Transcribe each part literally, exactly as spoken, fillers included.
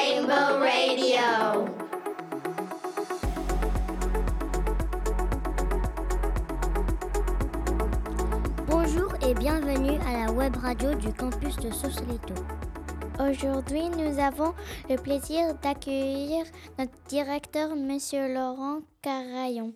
Rainbow Radio. Bonjour et bienvenue à la web radio du campus de Sausalito. Aujourd'hui, nous avons le plaisir d'accueillir notre directeur, Monsieur Laurent Carayon.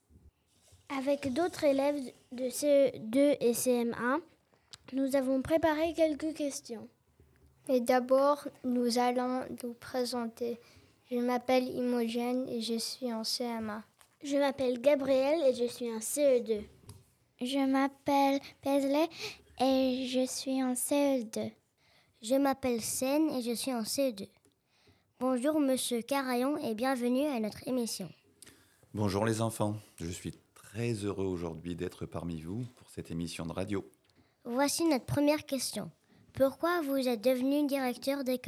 Avec d'autres élèves de C E deux et C M un, nous avons préparé quelques questions. Mais d'abord, nous allons nous présenter. Je m'appelle Imogène et je suis en C M un. Je m'appelle Gabrielle et je suis en C E deux. Je m'appelle Paisley et je suis en C E deux. Je m'appelle Sen et je suis en C E deux. Bonjour Monsieur Carayon et bienvenue à notre émission. Bonjour les enfants, je suis très heureux aujourd'hui d'être parmi vous pour cette émission de radio. Voici notre première question. Pourquoi vous êtes devenu directeur d'école ?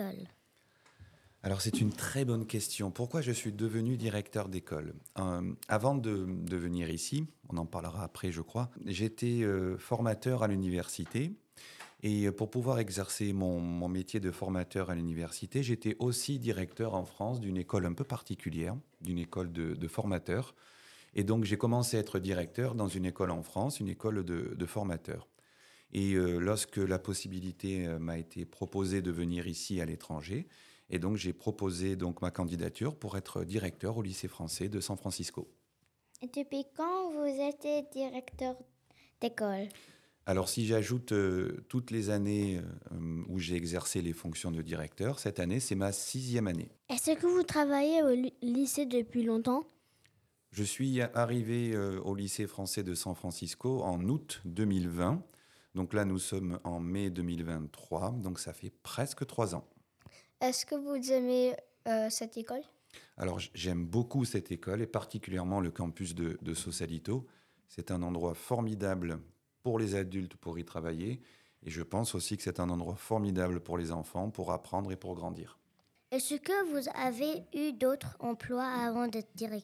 Alors c'est une très bonne question. Pourquoi je suis devenu directeur d'école ? euh, Avant de, de venir ici, on en parlera après je crois, j'étais euh, formateur à l'université. Et pour pouvoir exercer mon, mon métier de formateur à l'université, j'étais aussi directeur en France d'une école un peu particulière, d'une école de, de formateurs. Et donc j'ai commencé à être directeur dans une école en France, une école de, de formateurs. Et euh, lorsque la possibilité euh, m'a été proposée de venir ici à l'étranger, et donc j'ai proposé donc ma candidature pour être directeur au lycée français de San Francisco. Et depuis quand vous êtes directeur d'école ? Alors si j'ajoute euh, toutes les années euh, où j'ai exercé les fonctions de directeur, cette année c'est ma sixième année. Est-ce que vous travaillez au l- lycée depuis longtemps ? Je suis arrivé euh, au lycée français de San Francisco en août deux mille vingt. Donc là nous sommes en mai deux mille vingt-trois, donc ça fait presque trois ans. Est-ce que vous aimez euh, cette école ? Alors j'aime beaucoup cette école et particulièrement le campus de, de Sausalito. C'est un endroit formidable pour les adultes pour y travailler. Et je pense aussi que c'est un endroit formidable pour les enfants, pour apprendre et pour grandir. Est-ce que vous avez eu d'autres emplois avant d'être directeur ?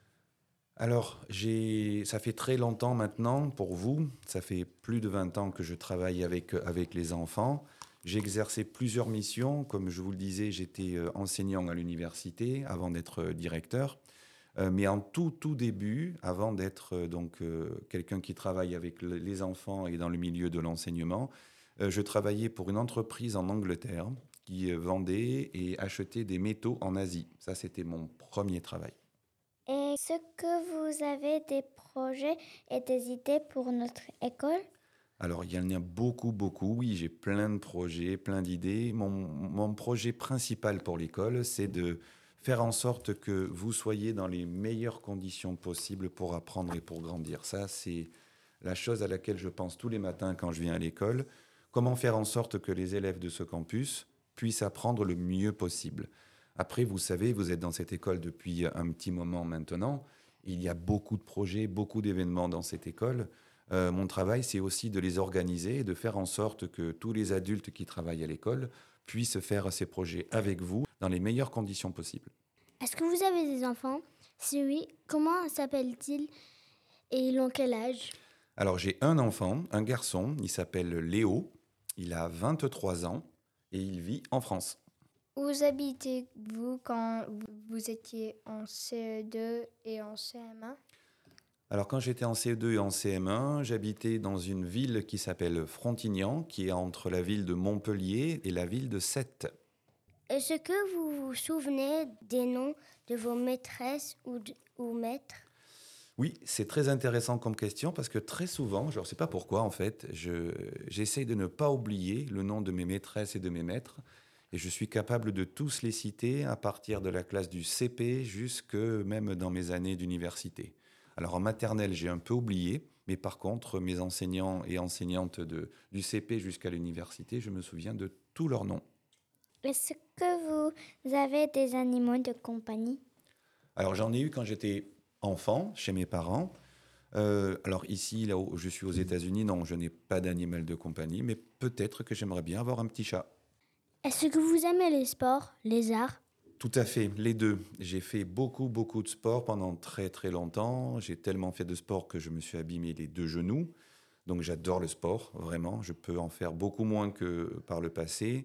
Alors, j'ai, ça fait très longtemps maintenant pour vous. Ça fait plus de vingt ans que je travaille avec, avec les enfants. J'ai exercé plusieurs missions. Comme je vous le disais, j'étais enseignant à l'université avant d'être directeur. Euh, mais en tout, tout début, avant d'être euh, donc euh, quelqu'un qui travaille avec le, les enfants et dans le milieu de l'enseignement, euh, je travaillais pour une entreprise en Angleterre qui euh, vendait et achetait des métaux en Asie. Ça, c'était mon premier travail. Est-ce que vous avez des projets et des idées pour notre école ? Alors, il y en a beaucoup, beaucoup. Oui, j'ai plein de projets, plein d'idées. Mon, mon projet principal pour l'école, c'est de faire en sorte que vous soyez dans les meilleures conditions possibles pour apprendre et pour grandir. Ça, c'est la chose à laquelle je pense tous les matins quand je viens à l'école. Comment faire en sorte que les élèves de ce campus puissent apprendre le mieux possible. Après, vous savez, vous êtes dans cette école depuis un petit moment maintenant. Il y a beaucoup de projets, beaucoup d'événements dans cette école. Euh, mon travail, c'est aussi de les organiser et de faire en sorte que tous les adultes qui travaillent à l'école puissent faire ces projets avec vous dans les meilleures conditions possibles. Est-ce que vous avez des enfants ? Si oui, comment s'appellent-ils et ils ont quel âge ? Alors, j'ai un enfant, un garçon, il s'appelle Léo, il a vingt-trois ans et il vit en France. Où habitez-vous quand vous étiez en C E deux et en C M un ? Alors, quand j'étais en C E deux et en C M un, j'habitais dans une ville qui s'appelle Frontignan, qui est entre la ville de Montpellier et la ville de Sète. Est-ce que vous vous souvenez des noms de vos maîtresses ou, de, ou maîtres ? Oui, c'est très intéressant comme question parce que très souvent, je ne sais pas pourquoi en fait, je, j'essaie de ne pas oublier le nom de mes maîtresses et de mes maîtres et je suis capable de tous les citer à partir de la classe du C P jusque même dans mes années d'université. Alors en maternelle, j'ai un peu oublié, mais par contre, mes enseignants et enseignantes de, du C P jusqu'à l'université, je me souviens de tous leurs noms. Est-ce que vous avez des animaux de compagnie ? Alors j'en ai eu quand j'étais enfant, chez mes parents. Euh, alors ici, là où je suis aux États-Unis, non, je n'ai pas d'animal de compagnie, mais peut-être que j'aimerais bien avoir un petit chat. Est-ce que vous aimez les sports, les arts ? Tout à fait, les deux. J'ai fait beaucoup, beaucoup de sport pendant très, très longtemps. J'ai tellement fait de sport que je me suis abîmé les deux genoux. Donc j'adore le sport, vraiment. Je peux en faire beaucoup moins que par le passé.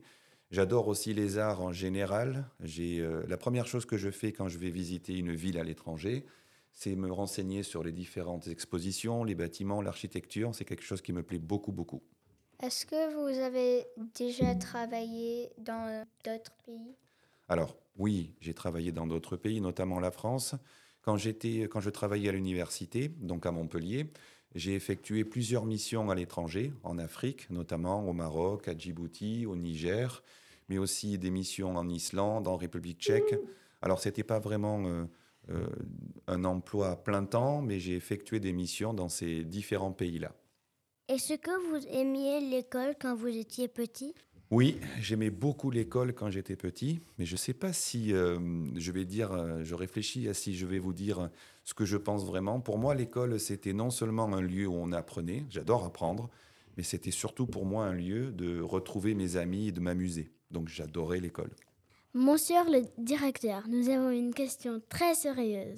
J'adore aussi les arts en général. J'ai, euh, la première chose que je fais quand je vais visiter une ville à l'étranger, c'est me renseigner sur les différentes expositions, les bâtiments, l'architecture. C'est quelque chose qui me plaît beaucoup, beaucoup. Est-ce que vous avez déjà travaillé dans d'autres pays? Alors, oui, j'ai travaillé dans d'autres pays, notamment la France. Quand, j'étais, quand je travaillais à l'université, donc à Montpellier, j'ai effectué plusieurs missions à l'étranger, en Afrique, notamment au Maroc, à Djibouti, au Niger, mais aussi des missions en Islande, en République tchèque. Alors, ce n'était pas vraiment euh, euh, un emploi à plein temps, mais j'ai effectué des missions dans ces différents pays-là. Est-ce que vous aimiez l'école quand vous étiez petit? Oui, j'aimais beaucoup l'école quand j'étais petit, mais je ne sais pas si euh, je vais dire, euh, je réfléchis à si je vais vous dire ce que je pense vraiment. Pour moi, l'école, c'était non seulement un lieu où on apprenait, j'adore apprendre, mais c'était surtout pour moi un lieu de retrouver mes amis et de m'amuser. Donc j'adorais l'école. Monsieur le directeur, nous avons une question très sérieuse.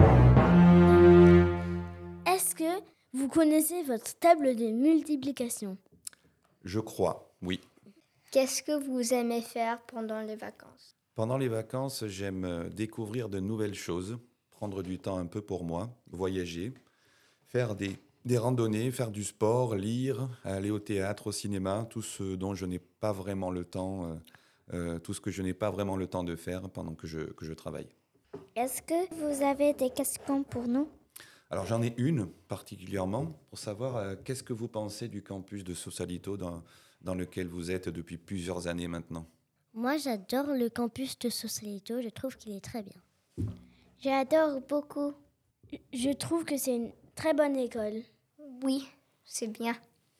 Est-ce que vous connaissez votre table de multiplication? Je crois, oui. Qu'est-ce que vous aimez faire pendant les vacances? Pendant les vacances, j'aime euh, découvrir de nouvelles choses, prendre du temps un peu pour moi, voyager, faire des, des randonnées, faire du sport, lire, aller au théâtre, au cinéma, tout ce dont je n'ai pas vraiment le temps, euh, euh, tout ce que je n'ai pas vraiment le temps de faire pendant que je, que je travaille. Est-ce que vous avez des questions pour nous? Alors j'en ai une particulièrement pour savoir euh, qu'est-ce que vous pensez du campus de Sausalito dans, dans lequel vous êtes depuis plusieurs années maintenant. Moi, j'adore le campus de Sausalito. Je trouve qu'il est très bien. J'adore beaucoup. Je trouve que c'est une très bonne école. Oui, c'est bien.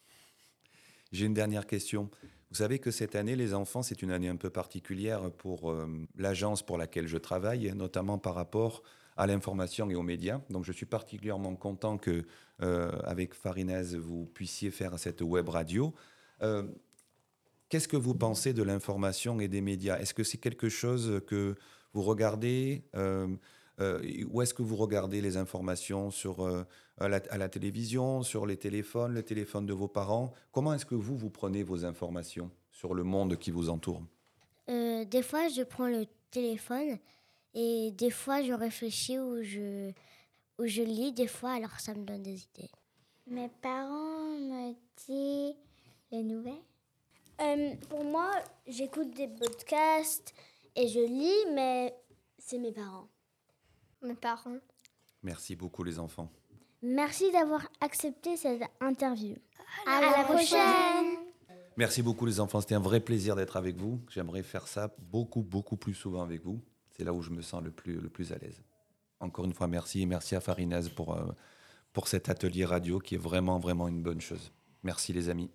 J'ai une dernière question. Vous savez que cette année, les enfants, c'est une année un peu particulière pour euh, l'agence pour laquelle je travaille, notamment par rapport à l'information et aux médias. Donc, je suis particulièrement content que, euh, avec Farinaz, vous puissiez faire cette web radio. Euh, qu'est-ce que vous pensez de l'information et des médias? Est-ce que c'est quelque chose que vous regardez euh, euh, Où est-ce que vous regardez les informations sur, euh, à, la, à la télévision, sur les téléphones, le téléphone de vos parents? Comment est-ce que vous, vous prenez vos informations sur le monde qui vous entoure? Euh, des fois, je prends le téléphone et des fois, je réfléchis ou je, ou je lis des fois, alors ça me donne des idées. Mes parents me disent les nouvelles. Euh, pour moi, j'écoute des podcasts et je lis, mais c'est mes parents. Mes parents. Merci beaucoup les enfants. Merci d'avoir accepté cette interview. À, à la prochaine. Merci beaucoup les enfants, c'était un vrai plaisir d'être avec vous. J'aimerais faire ça beaucoup, beaucoup plus souvent avec vous. C'est là où je me sens le plus, le plus à l'aise. Encore une fois, merci et merci à Farinaz pour, euh, pour cet atelier radio qui est vraiment, vraiment une bonne chose. Merci les amis.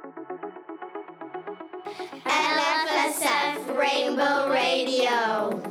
L F S F Rainbow Radio.